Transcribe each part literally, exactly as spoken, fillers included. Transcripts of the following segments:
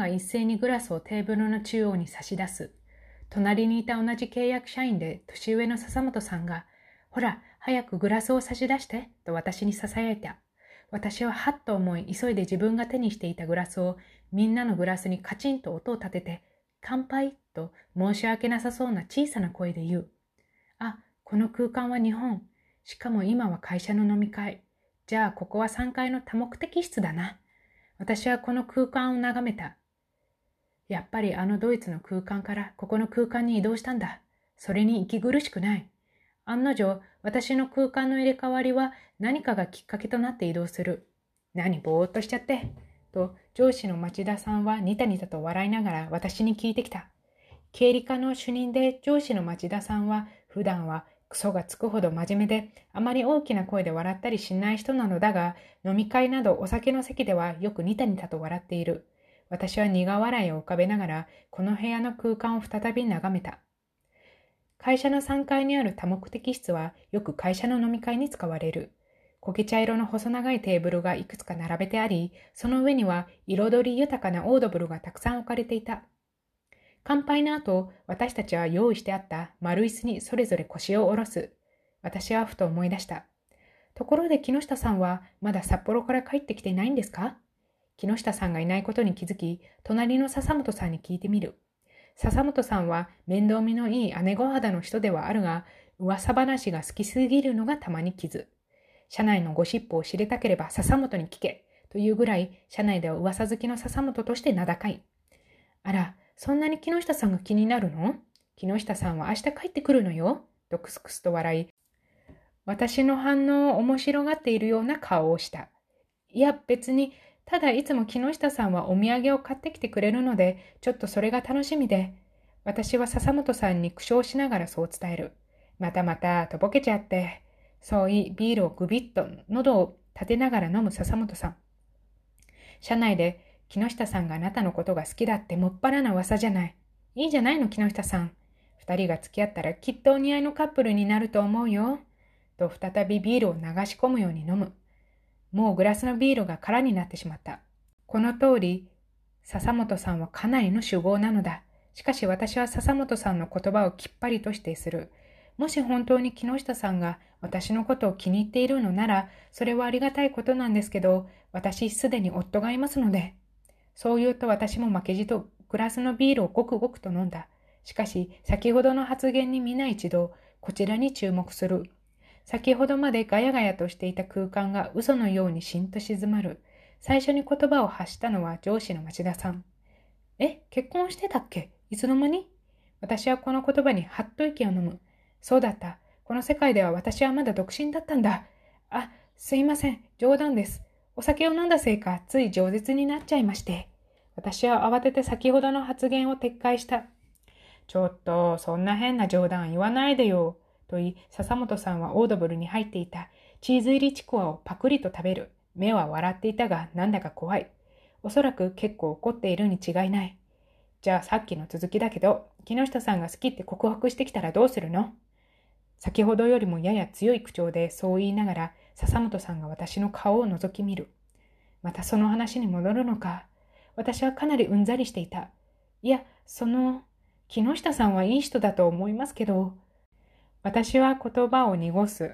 一斉にグラスをテーブルの中央に差し出す。隣にいた同じ契約社員で年上の笹本さんが、ほら、早くグラスを差し出して、と私に囁いた。私ははっと思い、急いで自分が手にしていたグラスをみんなのグラスにカチンと音を立てて、乾杯と申し訳なさそうな小さな声で言う。あ、この空間は日本。しかも今は会社の飲み会。じゃあここはさんがいの多目的室だな。私はこの空間を眺めた。やっぱりあのドイツの空間からここの空間に移動したんだ。それに息苦しくない。案の定、私の空間の入れ替わりは何かがきっかけとなって移動する。何ぼーっとしちゃって。と上司の町田さんはニタニタと笑いながら私に聞いてきた。経理課の主任で上司の町田さんは普段はクソがつくほど真面目であまり大きな声で笑ったりしない人なのだが、飲み会などお酒の席ではよくニタニタと笑っている。私は苦笑いを浮かべながらこの部屋の空間を再び眺めた。会社のさんがいにある多目的室はよく会社の飲み会に使われる。焦げ茶色の細長いテーブルがいくつか並べてあり、その上には彩り豊かなオードブルがたくさん置かれていた。乾杯の後、私たちは用意してあった丸椅子にそれぞれ腰を下ろす。私はふと思い出した。ところで木下さんはまだ札幌から帰ってきていないんですか？木下さんがいないことに気づき、隣の笹本さんに聞いてみる。笹本さんは面倒見のいい姉御肌の人ではあるが、噂話が好きすぎるのがたまに傷。社内のゴシップを知りたければ笹本に聞けというぐらい、社内では噂好きの笹本として名高い。あら、そんなに木下さんが気になるの？木下さんは明日帰ってくるのよ、とクスクスと笑い、私の反応を面白がっているような顔をした。いや、別に、ただいつも木下さんはお土産を買ってきてくれるので、ちょっとそれが楽しみで。私は笹本さんに苦笑しながらそう伝える。またまた、とぼけちゃって。そう言い、ビールをぐびっと喉を立てながら飲む笹本さん。社内で、木下さんがあなたのことが好きだってもっぱらな噂じゃない。いいじゃないの、木下さん。二人が付き合ったらきっとお似合いのカップルになると思うよ。と再びビールを流し込むように飲む。もうグラスのビールが空になってしまった。この通り、笹本さんはかなりの酒豪なのだ。しかし私は笹本さんの言葉をきっぱりと否定する。もし本当に木下さんが私のことを気に入っているのなら、それはありがたいことなんですけど、私すでに夫がいますので。そう言うと私も負けじとグラスのビールをごくごくと飲んだ。しかし先ほどの発言に皆一度こちらに注目する。先ほどまでガヤガヤとしていた空間が嘘のようにしんと静まる。最初に言葉を発したのは上司の町田さん。え、結婚してたっけ？いつの間に？私はこの言葉にはっと息を飲む。そうだった。この世界では私はまだ独身だったんだ。あ、すいません。冗談です。お酒を飲んだせいか、つい饒舌になっちゃいまして。私は慌てて先ほどの発言を撤回した。ちょっと、そんな変な冗談言わないでよ。と言い、笹本さんはオードブルに入っていたチーズ入りちくわをパクリと食べる。目は笑っていたが、なんだか怖い。おそらく結構怒っているに違いない。じゃあさっきの続きだけど、木下さんが好きって告白してきたらどうするの？先ほどよりもやや強い口調でそう言いながら、笹本さんが私の顔を覗き見る。またその話に戻るのか。私はかなりうんざりしていた。いや、その、木下さんはいい人だと思いますけど、私は言葉を濁す。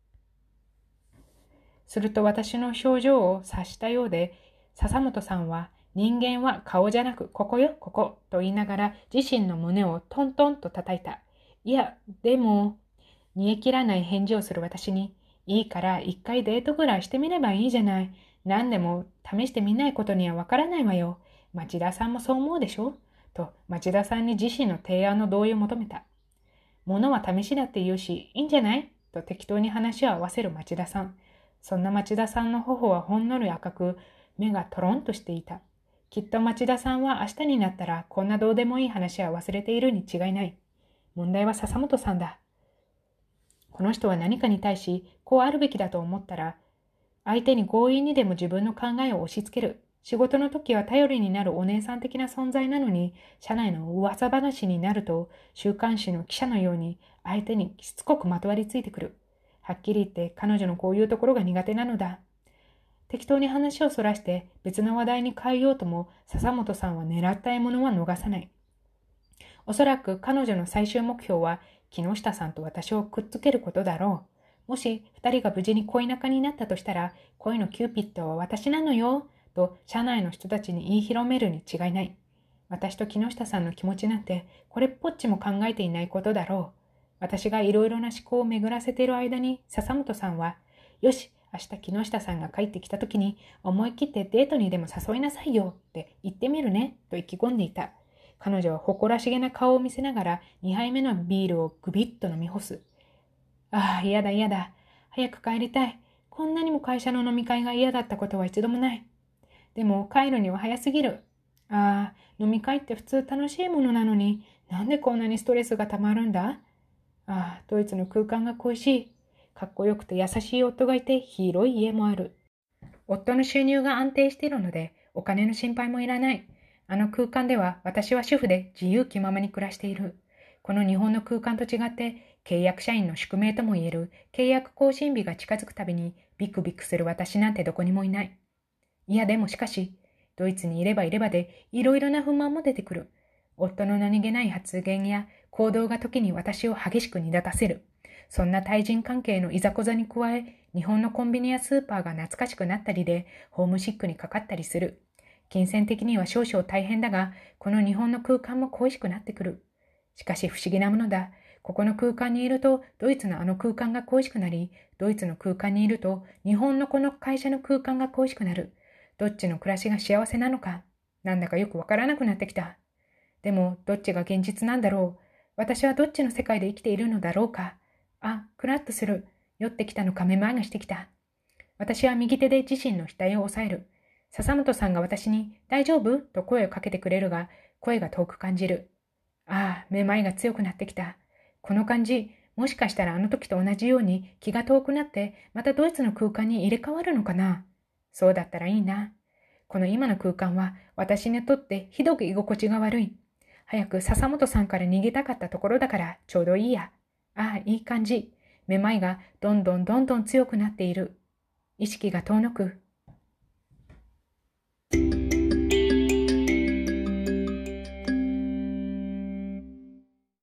すると私の表情を察したようで、笹本さんは人間は顔じゃなくここよ、ここと言いながら自身の胸をトントンと叩いた。いや、でも、煮え切らない返事をする私に、いいから一回デートぐらいしてみればいいじゃない。何でも試してみないことにはわからないわよ。町田さんもそう思うでしょ？と町田さんに自身の提案の同意を求めた。ものは試しだって言うし、いいんじゃない？と適当に話を合わせる町田さん。そんな町田さんの頬はほんのり赤く、目がトロンとしていた。きっと町田さんは明日になったらこんなどうでもいい話は忘れているに違いない。問題は笹本さんだ。この人は何かに対しこうあるべきだと思ったら、相手に強引にでも自分の考えを押し付ける。仕事の時は頼りになるお姉さん的な存在なのに、社内の噂話になると、週刊誌の記者のように相手にしつこくまとわりついてくる。はっきり言って彼女のこういうところが苦手なのだ。 適当に話をそらして別の話題に変えようとも、笹本さんは狙った獲物は逃さない。おそらく彼女の最終目標は木下さんと私をくっつけることだろう。もし二人が無事に恋仲になったとしたら、恋のキューピッドは私なのよ、と社内の人たちに言い広めるに違いない。私と木下さんの気持ちなんてこれっぽっちも考えていないことだろう。私がいろいろな思考を巡らせている間に笹本さんは、よし、明日木下さんが帰ってきた時に思い切ってデートにでも誘いなさいよって言ってみるねと意気込んでいた。彼女は誇らしげな顔を見せながらにはいめのビールをぐびっと飲み干す。ああ、嫌だ嫌だ。早く帰りたい。こんなにも会社の飲み会が嫌だったことは一度もない。でも帰るには早すぎる。ああ、飲み会って普通楽しいものなのに、なんでこんなにストレスがたまるんだ？ああ、ドイツの空間が恋しい。かっこよくて優しい夫がいて広い家もある。夫の収入が安定しているのでお金の心配もいらない。あの空間では私は主婦で自由気ままに暮らしている。この日本の空間と違って契約社員の宿命ともいえる契約更新日が近づくたびにビクビクする私なんてどこにもいない。いやでもしかし、ドイツにいればいればでいろいろな不満も出てくる。夫の何気ない発言や行動が時に私を激しく煮立たせる。そんな対人関係のいざこざに加え、日本のコンビニやスーパーが懐かしくなったりで、ホームシックにかかったりする。金銭的には少々大変だが、この日本の空間も恋しくなってくる。しかし不思議なものだ。ここの空間にいると、ドイツのあの空間が恋しくなり、ドイツの空間にいると、日本のこの会社の空間が恋しくなる。どっちの暮らしが幸せなのか、なんだかよくわからなくなってきた。でも、どっちが現実なんだろう。私はどっちの世界で生きているのだろうか。あ、クラッとする。酔ってきたのかめまいがしてきた。私は右手で自身の額を押さえる。笹本さんが私に、大丈夫？と声をかけてくれるが、声が遠く感じる。ああ、めまいが強くなってきた。この感じ、もしかしたらあの時と同じように気が遠くなって、またドイツの空間に入れ替わるのかな。そうだったらいいな。この今の空間は私にとってひどく居心地が悪い。早く笹本さんから逃げたかったところだからちょうどいいや。ああ、いい感じ。めまいがどんどんどんどん強くなっている。意識が遠のく。